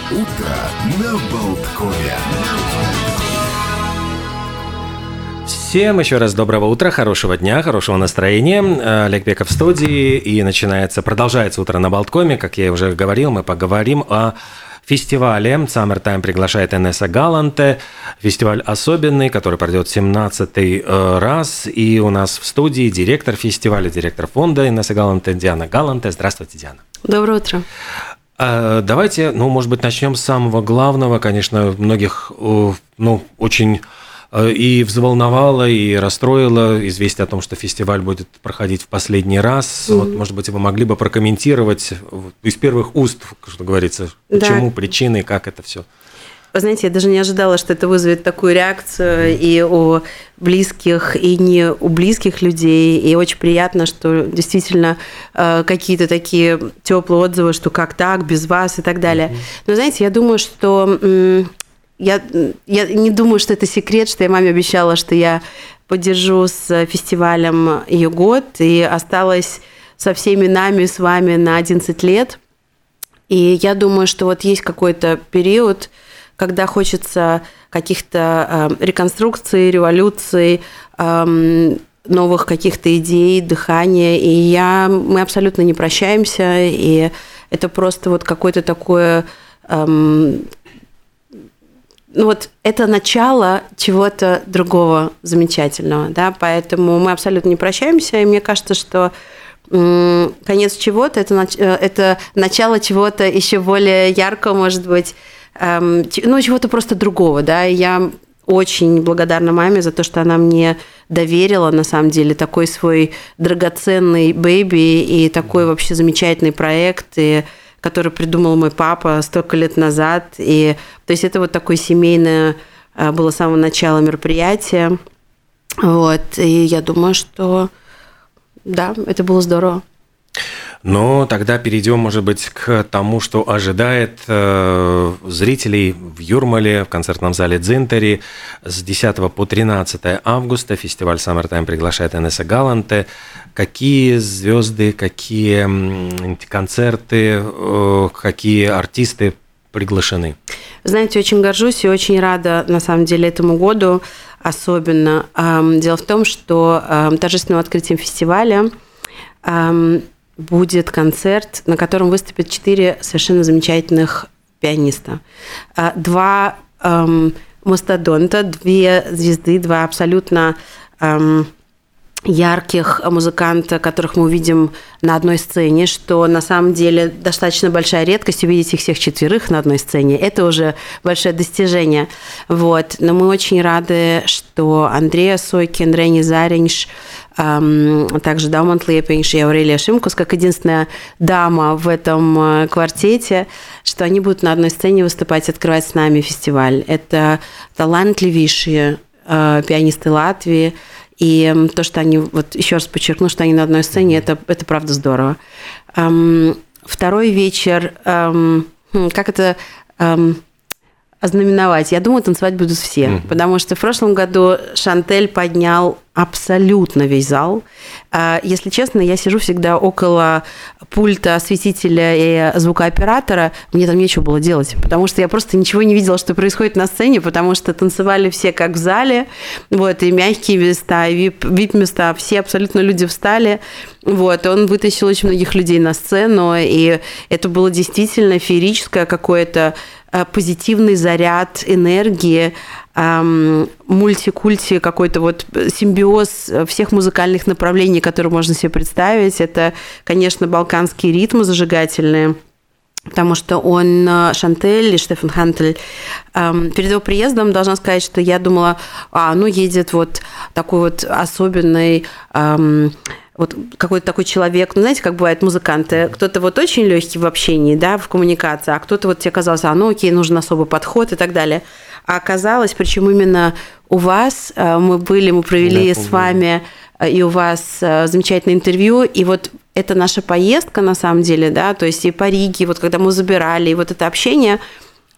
Утро на Болткове. Всем еще раз доброго утра, хорошего дня, хорошего настроения. Олег Пеков в студии, и продолжается утро на Болткоме. Как я уже говорил, мы поговорим о фестивале. Summertime приглашает Инесса Галанте. Фестиваль особенный, который пройдет 17-й раз. И у нас в студии директор фестиваля, директор фонда Инесса Галанте, Диана Галанте. Здравствуйте, Диана. Доброе утро. Давайте, может быть, начнем с самого главного. Конечно, многих, очень и взволновало, и расстроило известие о том, что фестиваль будет проходить в последний раз. Вот, может быть, вы могли бы прокомментировать из первых уст, что говорится, почему, причины, как это все. Вы знаете, я даже не ожидала, что это вызовет такую реакцию и у близких, и не у близких людей. И очень приятно, что действительно какие-то такие теплые отзывы, что как так, без вас и так далее. Но знаете, я думаю, что... Я не думаю, что это секрет, что я маме обещала, что я поддержу с фестивалем ее год, и осталась со всеми нами, с вами на 11 лет. И я думаю, что вот есть какой-то период, когда хочется каких-то реконструкций, революций, новых каких-то идей, дыхания. И мы абсолютно не прощаемся, и это просто вот какое-то такое... это начало чего-то другого замечательного, да, поэтому мы абсолютно не прощаемся, и мне кажется, что конец чего-то это начало чего-то еще более яркого, может быть, чего-то просто другого, да, и я очень благодарна маме за то, что она мне доверила, на самом деле, такой свой драгоценный бэйби и такой вообще замечательный проект, который придумал мой папа столько лет назад. И, то есть это вот такое семейное было с самого начала мероприятие. Вот. И я думаю, что да, это было здорово. Но тогда перейдем, может быть, к тому, что ожидает зрителей в Юрмале, в концертном зале «Дзинтери» с 10 по 13 августа. Фестиваль Summertime приглашает Инесса Галанте. Какие звезды, какие концерты, какие артисты приглашены? Знаете, очень горжусь и очень рада, на самом деле, этому году особенно. Дело в том, что торжественным открытием фестиваля будет концерт, на котором выступят 4 совершенно замечательных пианиста. 2 мастодонта, 2 звезды, 2 абсолютно ярких музыканта, которых мы увидим на одной сцене, что на самом деле достаточно большая редкость увидеть их всех 4 на одной сцене. Это уже большое достижение. Вот. Но мы очень рады, что Андреас Сойкин, Рени Заринш, также Даумант Лепинш и Аурелия Шимкус, как единственная дама в этом квартете, что они будут на одной сцене выступать, открывать с нами фестиваль. Это талантливейшие пианисты Латвии, и то, что они, вот еще раз подчеркну, что они на одной сцене, это правда здорово. Второй вечер, как это ознаменовать? Я думаю, танцевать будут все, потому что в прошлом году Шантель поднял абсолютно весь зал. Если честно, я сижу всегда около пульта осветителя и звукооператора, мне там нечего было делать, потому что я просто ничего не видела, что происходит на сцене, потому что танцевали все как в зале, вот, и мягкие места, и вип-места, все абсолютно люди встали, вот, он вытащил очень многих людей на сцену, и это было действительно феерическое какое-то позитивный заряд энергии, мультикульти, какой-то вот симбиоз всех музыкальных направлений, которые можно себе представить. Это, конечно, балканские ритмы зажигательные, потому что Шантель и Штефан Хантель, перед его приездом, должна сказать, что я думала, едет вот такой вот особенный... вот какой-то такой человек, знаете, как бывает музыканты, кто-то вот очень легкий в общении, да, в коммуникации, а кто-то вот тебе казалось, окей, нужен особый подход и так далее. А оказалось, причем именно у вас мы провели с вами, и у вас замечательное интервью, и вот это наша поездка на самом деле, да, то есть и по Риге, вот когда мы забирали, и вот это общение,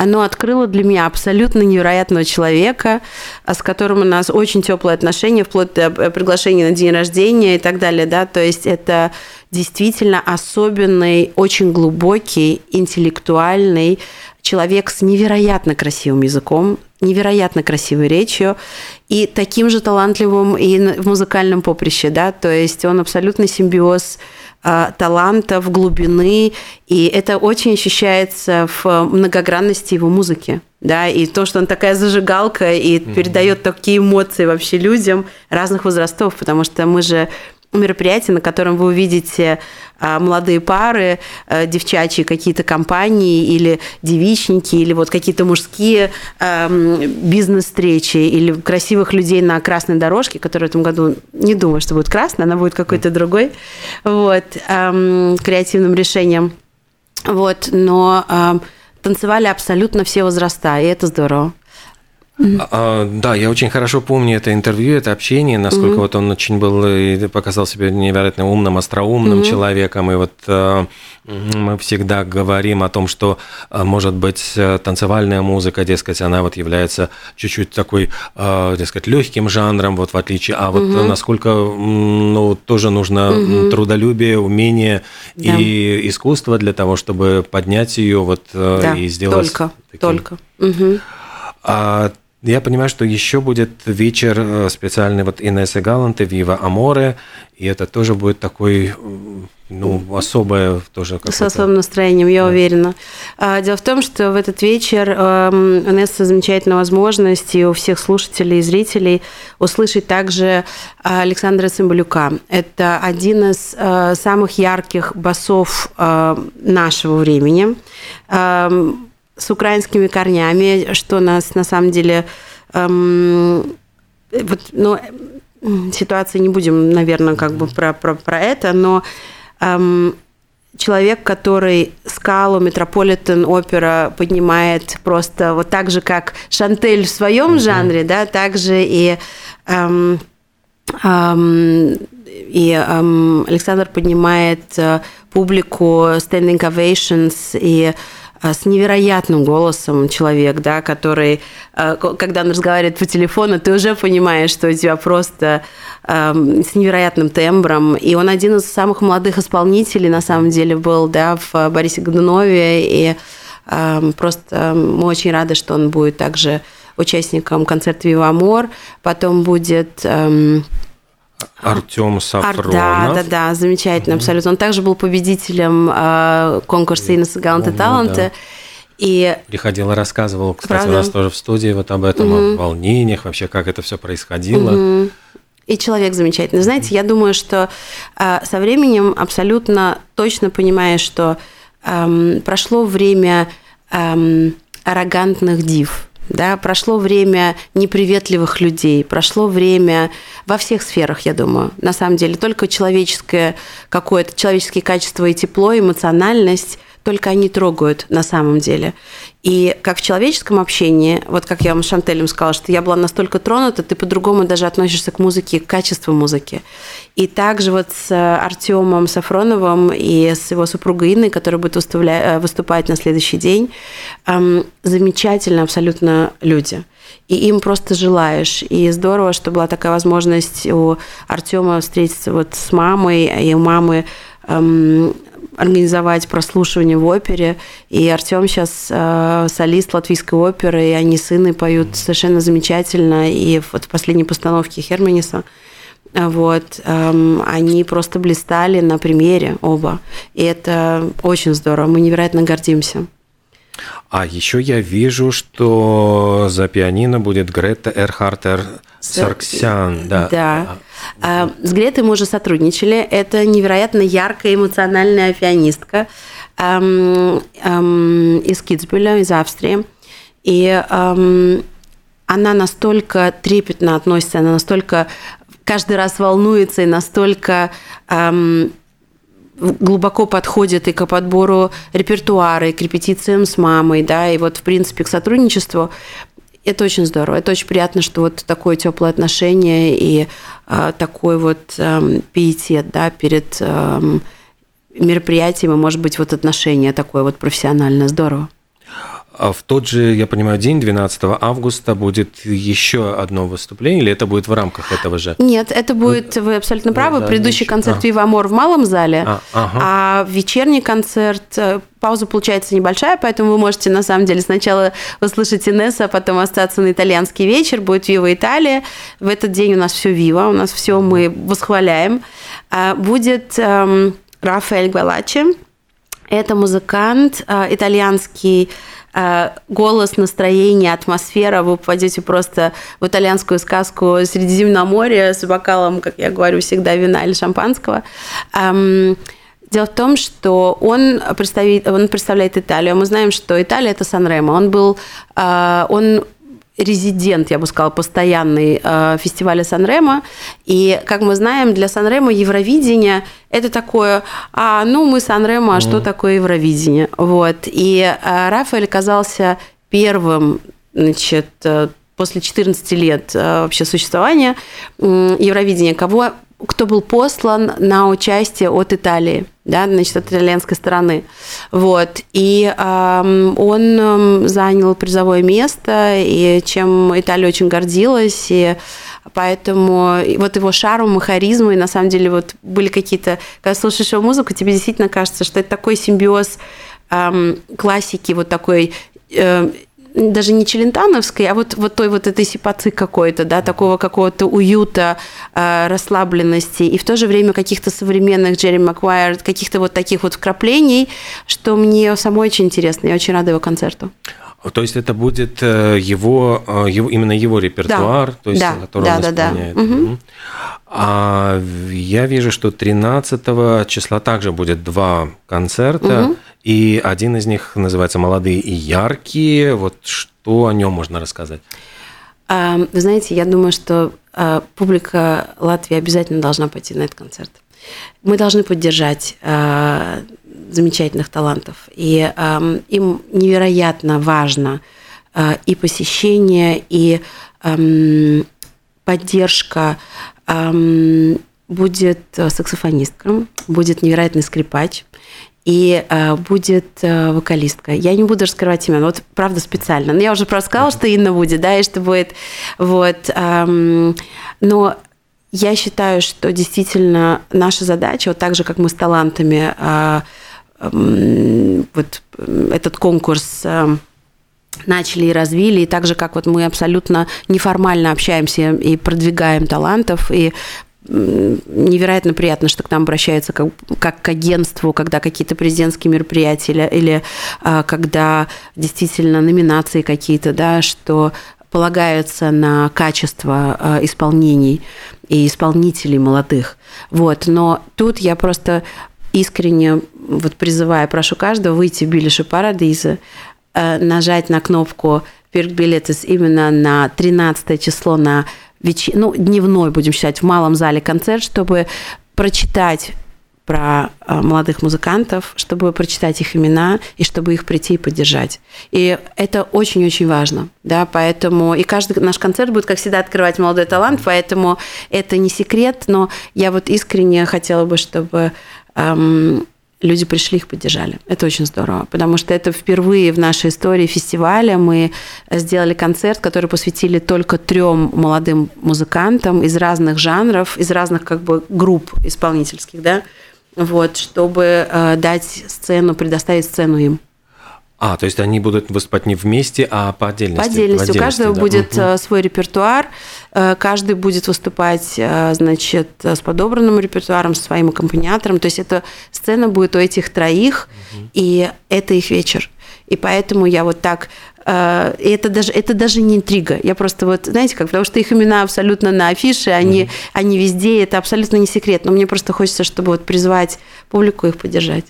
оно открыло для меня абсолютно невероятного человека, с которым у нас очень теплые отношения, вплоть до приглашения на день рождения и так далее, да, то есть это действительно особенный, очень глубокий, интеллектуальный человек с невероятно красивым языком, невероятно красивой речью и таким же талантливым и в музыкальном поприще, да, то есть он абсолютный симбиоз талантов, глубины, и это очень ощущается в многогранности его музыки, да, и то, что он такая зажигалка и передает такие эмоции вообще людям разных возрастов, потому что мы же мероприятие, на котором вы увидите молодые пары, девчачьи какие-то компании или девичники, или вот какие-то мужские бизнес-встречи, или красивых людей на красной дорожке, которая в этом году, не думаю, что будет красная, она будет какой-то другой, вот, креативным решением. Вот, но танцевали абсолютно все возраста, и это здорово. Да, я очень хорошо помню это интервью, это общение, насколько вот он очень был и показал себя невероятно умным, остроумным человеком. И вот мы всегда говорим о том, что, может быть, танцевальная музыка, дескать, она вот является чуть-чуть такой, дескать, легким жанром, вот в отличие, а вот насколько, ну, тоже нужно трудолюбие, умение и искусство для того, чтобы поднять ее вот и сделать. Только. Я понимаю, что еще будет вечер специальный вот Инессы Галанты «Вива Аморе», и это тоже будет такой, ну, особое тоже какое-то... С особым настроением, я уверена. Дело в том, что в этот вечер у Инессы замечательная возможность и у всех слушателей и зрителей услышать также Александра Цымбалюка. Это один из самых ярких басов нашего времени, с украинскими корнями, что нас на самом деле... вот, ну, ситуации не будем, наверное, как бы про это, но человек, который скалу Метрополитен опера поднимает просто вот так же, как Шантель в своем жанре, да, так же и Александр поднимает публику standing ovations и с невероятным голосом человек, да, который, когда он разговаривает по телефону, ты уже понимаешь, что у тебя просто с невероятным тембром. И он один из самых молодых исполнителей, на самом деле, был, да, в Борисе Годунове. И просто мы очень рады, что он будет также участником концерта «Вива Амор». Потом будет... Артём Сафронов. Да, замечательно, абсолютно. Он также был победителем конкурса Инессы Галанты таланта. Да. И... Приходил и рассказывал, кстати, у нас тоже в студии вот об этом, о волнениях, вообще, как это все происходило. И человек замечательный. Знаете, я думаю, что со временем абсолютно точно понимаешь, что прошло время аррогантных див. Да, прошло время неприветливых людей, прошло время во всех сферах, я думаю. На самом деле, только человеческое какое-то, человеческие качества и тепло, эмоциональность, только они трогают на самом деле. И как в человеческом общении, вот как я вам с Шантелем сказала, что я была настолько тронута, ты по-другому даже относишься к музыке, к качеству музыки. И также вот с Артёмом Сафроновым и с его супругой Инной, которая будет выступать на следующий день, замечательные абсолютно люди. И им просто желаешь. И здорово, что была такая возможность у Артёма встретиться вот с мамой, и у мамы организовать прослушивание в опере. И Артём сейчас солист Латвийской оперы, и они с Инной поют совершенно замечательно. И вот в последней постановке Херманиса вот, они просто блистали на премьере оба. И это очень здорово. Мы невероятно гордимся. А еще я вижу, что за пианино будет Грета Эрхартер Сарксян. Да. С Гретой мы уже сотрудничали. Это невероятно яркая, эмоциональная пианистка из Китсбюля, из Австрии. И она настолько трепетно относится, она настолько каждый раз волнуется и настолько... глубоко подходит и к подбору репертуара, и к репетициям с мамой, да, и вот, в принципе, к сотрудничеству. Это очень здорово. Это очень приятно, что вот такое теплое отношение и такой вот пиетет, да, перед мероприятием, и, может быть, вот отношение такое вот профессиональное. Здорово. А в тот же, я понимаю, день, 12 августа, будет еще одно выступление, или это будет в рамках этого же? Нет, это будет, вы абсолютно правы, предыдущий концерт «Вива Амор» в малом зале, а вечерний концерт, пауза получается небольшая, поэтому вы можете, на самом деле, сначала услышать Инесса, а потом остаться на итальянский вечер, будет «Вива Италия». В этот день у нас все «Вива», у нас все мы восхваляем. Будет Рафаэль Гвалачи. Это музыкант, итальянский голос, настроение, атмосфера. Вы попадете просто в итальянскую сказку Средиземноморья с бокалом, как я говорю, всегда вина или шампанского. Дело в том, что он представляет Италию. Мы знаем, что Италия – это Сан-Ремо. Он резидент, я бы сказала, постоянный фестиваля Сан-Ремо. И, как мы знаем, для Сан-Ремо Евровидение – это такое, мы Сан-Ремо, а что такое Евровидение? Вот. И Рафаэль оказался первым, значит, после 14 лет вообще существования Евровидения, кто был послан на участие от Италии, да, значит, от итальянской стороны. Вот. И он занял призовое место, и чем Италия очень гордилась, и поэтому вот его шармом и харизмой, на самом деле, вот были какие-то... Когда слушаешь его музыку, тебе действительно кажется, что это такой симбиоз классики, вот такой... даже не челентановской, а вот той вот этой сипацы какой-то, да, такого какого-то уюта, расслабленности, и в то же время каких-то современных Джерри Макгуайр, каких-то вот таких вот вкраплений, что мне самой очень интересно. Я очень рада его концерту. То есть это будет именно его репертуар, то есть, который он исполняет. Угу. Я вижу, что 13 числа также будет 2 концерта, и один из них называется «Молодые и яркие». Вот что о нем можно рассказать? Вы знаете, я думаю, что публика Латвии обязательно должна пойти на этот концерт. Мы должны поддержать замечательных талантов. И им невероятно важно и посещение, и поддержка. Будет саксофонистка, будет невероятный скрипач, и будет вокалистка. Я не буду раскрывать имя, вот правда специально. Но я уже просто сказала, что Инна будет, да, и что будет. Вот. Но я считаю, что действительно наша задача, вот так же, как мы с талантами, вот этот конкурс начали и развили, и так же, как вот мы абсолютно неформально общаемся и продвигаем талантов, и невероятно приятно, что к нам обращаются как к агентству, когда какие-то президентские мероприятия или когда действительно номинации какие-то, да, что полагаются на качество исполнений и исполнителей молодых. Вот. Но тут я просто искренне вот призываю, прошу каждого выйти в Билишу Парадиза, нажать на кнопку «Пирк билетес» именно на 13 число на дневной, будем считать, в малом зале концерт, чтобы прочитать про молодых музыкантов, чтобы прочитать их имена и чтобы их прийти и поддержать. И это очень-очень важно, да, поэтому и каждый наш концерт будет, как всегда, открывать молодой талант, поэтому это не секрет, но я вот искренне хотела бы, чтобы люди пришли, их поддержали. Это очень здорово, потому что это впервые в нашей истории фестиваля мы сделали концерт, который посвятили только 3 молодым музыкантам из разных жанров, из разных как бы групп исполнительских, да, вот, чтобы дать сцену, предоставить сцену им. То есть они будут выступать не вместе, а по отдельности? По отдельности. У каждого будет свой репертуар, каждый будет выступать, значит, с подобранным репертуаром, со своим аккомпаниатором. То есть эта сцена будет у этих 3, и это их вечер. И поэтому я вот так... Это даже не интрига. Я просто вот, знаете как, потому что их имена абсолютно на афише, они везде, это абсолютно не секрет. Но мне просто хочется, чтобы вот призвать публику их поддержать.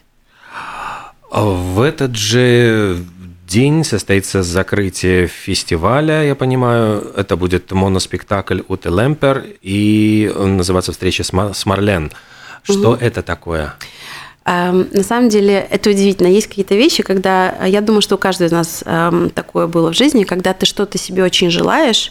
В этот же день состоится закрытие фестиваля, я понимаю. Это будет моноспектакль «Уте Лемпер» и называется «Встреча с Марлен». Что это такое? На самом деле это удивительно. Есть какие-то вещи, когда... Я думаю, что у каждого из нас такое было в жизни, когда ты что-то себе очень желаешь,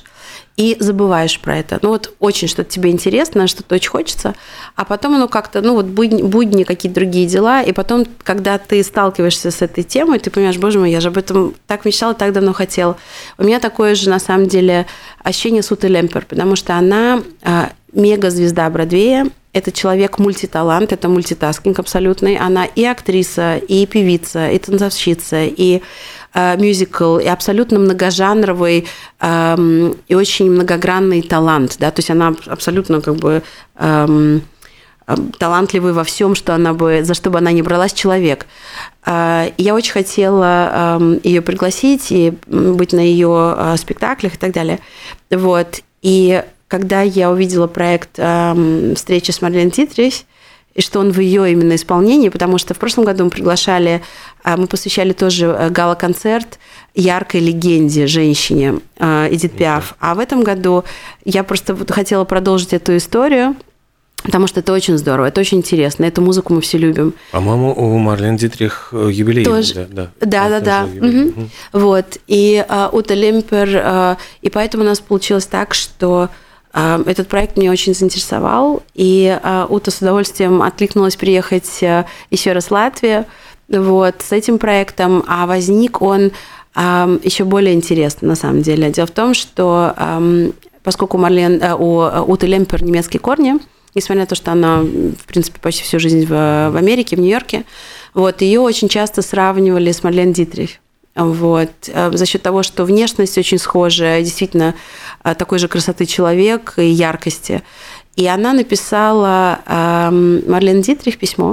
и забываешь про это. Ну вот очень что-то тебе интересно, что-то очень хочется, а потом оно как-то, ну вот будни, какие-то другие дела, и потом, когда ты сталкиваешься с этой темой, ты понимаешь, боже мой, я же об этом так мечтала, так давно хотела. У меня такое же, на самом деле, ощущение с Утой Лемпер, потому что она мега-звезда Бродвея, это человек-мультиталант, это мультитаскинг абсолютный. Она и актриса, и певица, и танцовщица, и мюзикл, и абсолютно многожанровый и очень многогранный талант. Да? То есть она абсолютно как бы талантливый во всем, за что бы она ни бралась, человек. Я очень хотела ее пригласить и быть на ее спектаклях и так далее. Вот. И когда я увидела проект «Встреча с Марлен Дитрих», и что он в ее именно исполнении, потому что в прошлом году мы посвящали тоже гала-концерт яркой легенде, женщине Эдит Пиаф. А в этом году я просто хотела продолжить эту историю, потому что это очень здорово, это очень интересно, эту музыку мы все любим. По-моему, у Марлен Дитрих юбилей. Тоже. Да. Угу. Вот. И Ута Лемпер, и поэтому у нас получилось так, что этот проект меня очень заинтересовал, и Ута с удовольствием откликнулась приехать еще раз в Латвию вот, с этим проектом, а возник он еще более интересно, на самом деле. Дело в том, что поскольку у Уты Лемпер немецкие корни, несмотря на то, что она, в принципе, почти всю жизнь в Америке, в Нью-Йорке, вот, ее очень часто сравнивали с Марлен Дитрих. Вот. За счет того, что внешность очень схожая, действительно такой же красоты человек и яркости. И она написала Марлен Дитрих письмо,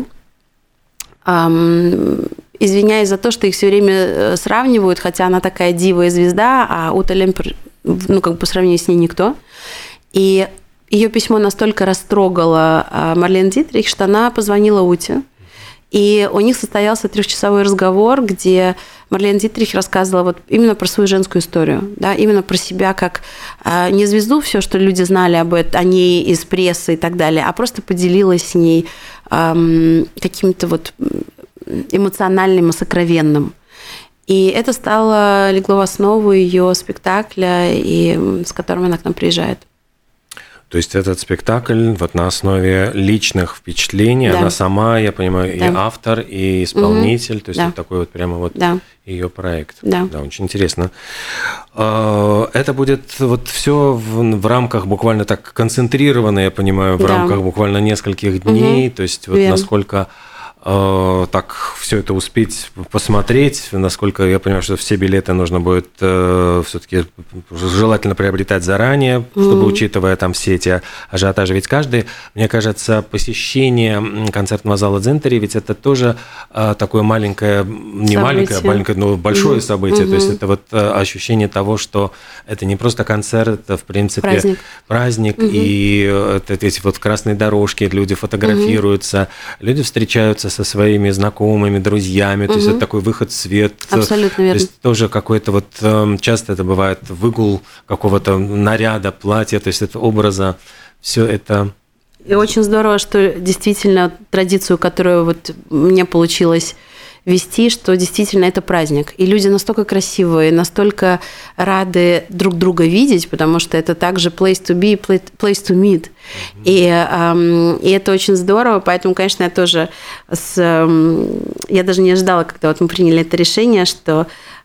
извиняясь за то, что их все время сравнивают, хотя она такая дива и звезда, а Ута Лемпер, ну, как бы по сравнению с ней никто. И ее письмо настолько растрогало Марлен Дитрих, что она позвонила Уте. И у них состоялся 3-часовой разговор, где Марлен Дитрих рассказывала вот именно про свою женскую историю, да, именно про себя как не звезду, все, что люди знали о ней из прессы и так далее, а просто поделилась с ней каким-то вот эмоциональным и сокровенным. И это легло в основу ее спектакля, с которым она к нам приезжает. То есть этот спектакль вот на основе личных впечатлений, да. Она сама, я понимаю, да. И автор, и исполнитель, то есть да. Это такой вот прямо вот да. Ее проект. Да. Да, очень интересно. Это будет вот все в рамках буквально так концентрировано, я понимаю, в да. рамках буквально нескольких дней, то есть вот насколько так все это успеть посмотреть, насколько я понимаю, что все билеты нужно будет все-таки желательно приобретать заранее, чтобы учитывая там все эти ажиотажи. Ведь мне кажется, посещение концертного зала Дзентери, ведь это тоже такое маленькое, не маленькое, а маленькое, но большое событие. То есть это вот ощущение того, что это не просто концерт, это в принципе праздник и эти вот красные дорожки, люди фотографируются, люди встречаются со своими знакомыми, друзьями, то есть это такой выход в свет. Абсолютно верно. То есть тоже какой-то вот, часто это бывает выгул какого-то наряда, платья, то есть это образа, все это. И очень здорово, что действительно традицию, которую вот мне получилось вести, что действительно это праздник. И люди настолько красивые, настолько рады друг друга видеть, потому что это также place to be, place to meet. И это очень здорово, поэтому, конечно, я тоже я даже не ожидала, когда вот мы приняли это решение, что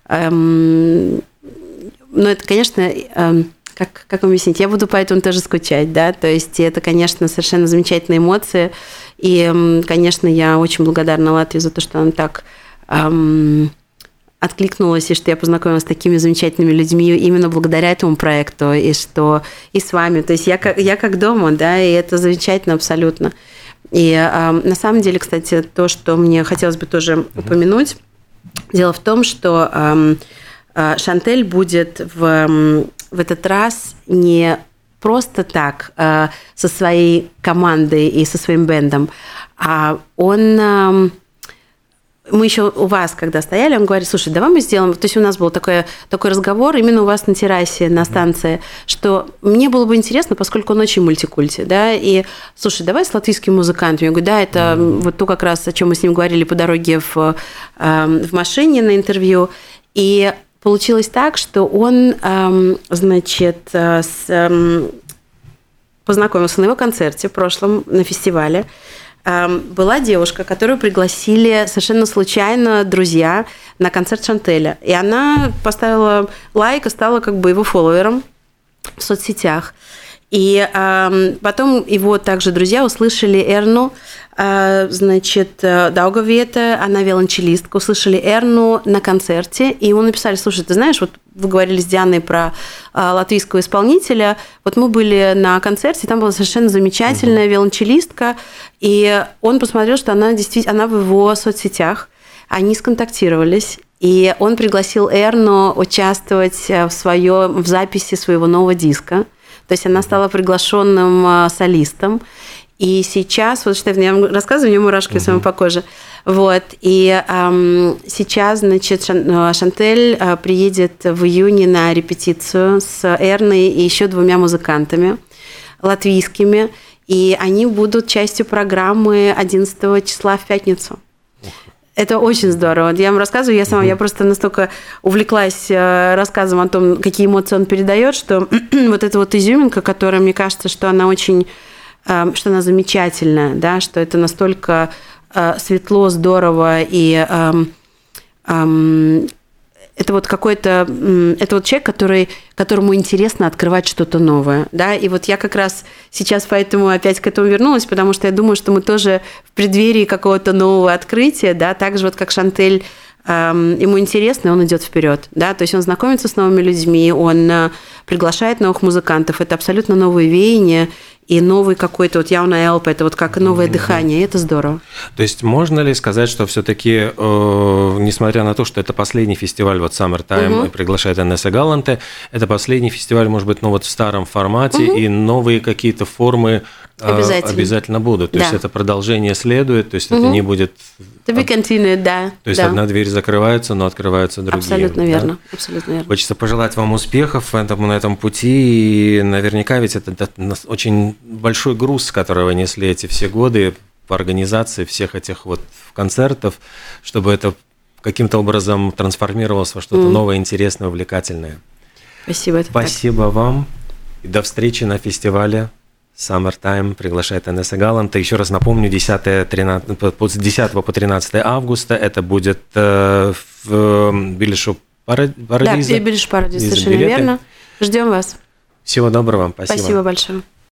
это, конечно, как объяснить? Я буду поэтому тоже скучать, да, то есть это, конечно, совершенно замечательные эмоции, и, конечно, я очень благодарна Латвии за то, что она так откликнулась, и что я познакомилась с такими замечательными людьми именно благодаря этому проекту, и что и с вами, то есть я как дома, да, и это замечательно абсолютно. И на самом деле, кстати, то, что мне хотелось бы тоже упомянуть, дело в том, что Шантель будет в этот раз не просто так со своей командой и со своим бэндом, а мы еще у вас, когда стояли, он говорит, слушай, давай мы сделаем... То есть у нас был такой разговор именно у вас на террасе, на станции, что мне было бы интересно, поскольку он очень мультикульти, да, и, слушай, давай с латвийским музыкантом. Я говорю, да, это вот то как раз, о чем мы с ним говорили по дороге в машине на интервью. И получилось так, что он, познакомился на его концерте в прошлом, на фестивале. Была девушка, которую пригласили совершенно случайно друзья на концерт Шантеля. И она поставила лайк и стала как бы его фолловером в соцсетях. И потом его также друзья услышали Эрну, Даугавете, она виолончелистка, услышали Эрну на концерте, и ему написали: слушай, ты знаешь, вот вы говорили с Дианой про латвийского исполнителя, вот мы были на концерте, там была совершенно замечательная виолончелистка, и он посмотрел, что она действительно, она в его соцсетях, они сконтактировались, и он пригласил Эрну участвовать в записи своего нового диска. То есть она стала приглашенным солистом. И сейчас, вот Штефан, я вам рассказываю, у нее мурашки с вами по коже. Вот. И сейчас, значит, Шантель приедет в июне на репетицию с Эрной и еще 2 музыкантами латвийскими. И они будут частью программы 11 числа в пятницу. Это очень здорово. Я вам рассказываю, я просто настолько увлеклась рассказом о том, какие эмоции он передает, что вот эта вот изюминка, которая, мне кажется, что она очень, что она замечательная, да, что это настолько светло, здорово, и это вот какой-то, это вот человек, которому интересно открывать что-то новое, да, и вот я как раз сейчас поэтому опять к этому вернулась, потому что я думаю, что мы тоже в преддверии какого-то нового открытия, да, так же вот как Шантель, ему интересно, и он идет вперед, да, то есть он знакомится с новыми людьми, он приглашает новых музыкантов, это абсолютно новые веяния, и новый какой-то вот Яуна Элпа, это вот как новое дыхание, и это здорово. То есть можно ли сказать, что все-таки, несмотря на то, что это последний фестиваль, вот Summertime приглашает Инесса Галанте, это последний фестиваль, может быть, ну вот в старом формате, и новые какие-то формы обязательно будут. То есть это продолжение следует, то есть это не будет... To be continued, да. То есть одна дверь закрывается, но открываются другие. Абсолютно верно, абсолютно верно. Хочется пожелать вам успехов на этом пути, и наверняка ведь это очень большой груз, который вы несли эти все годы по организации всех этих вот концертов, чтобы это каким-то образом трансформировалось во что-то новое, интересное, увлекательное. Спасибо. Спасибо вам. И до встречи на фестивале Summertime приглашает Инесса Галанте. Еще раз напомню, 10 по 13 августа это будет в Билишу Парадиза. Да, Билишу Парадиза, совершенно верно. Ждем вас. Всего доброго вам. Спасибо. Спасибо большое.